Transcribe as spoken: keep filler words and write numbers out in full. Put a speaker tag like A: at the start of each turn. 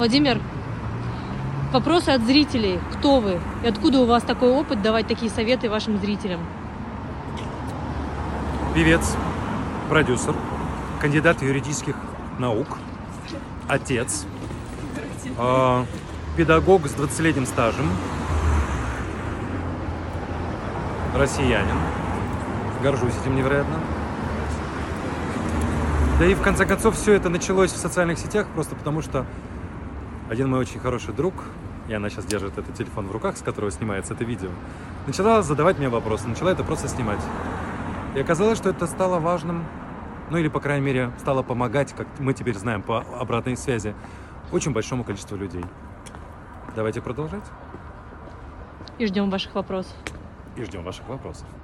A: Владимир, вопросы от зрителей. Кто вы? И откуда у вас такой опыт давать такие советы вашим зрителям?
B: Певец, продюсер, кандидат юридических наук, отец, э, педагог с двадцатилетним стажем, россиянин. Горжусь этим невероятно. Да и в конце концов все это началось в социальных сетях, просто потому что один мой очень хороший друг, и она сейчас держит этот телефон в руках, с которого снимается это видео, начала задавать мне вопросы, начала это просто снимать. И оказалось, что это стало важным, ну или, по крайней мере, стало помогать, как мы теперь знаем по обратной связи, очень большому количеству людей. Давайте продолжать.
A: И ждем ваших вопросов.
B: И ждем ваших вопросов.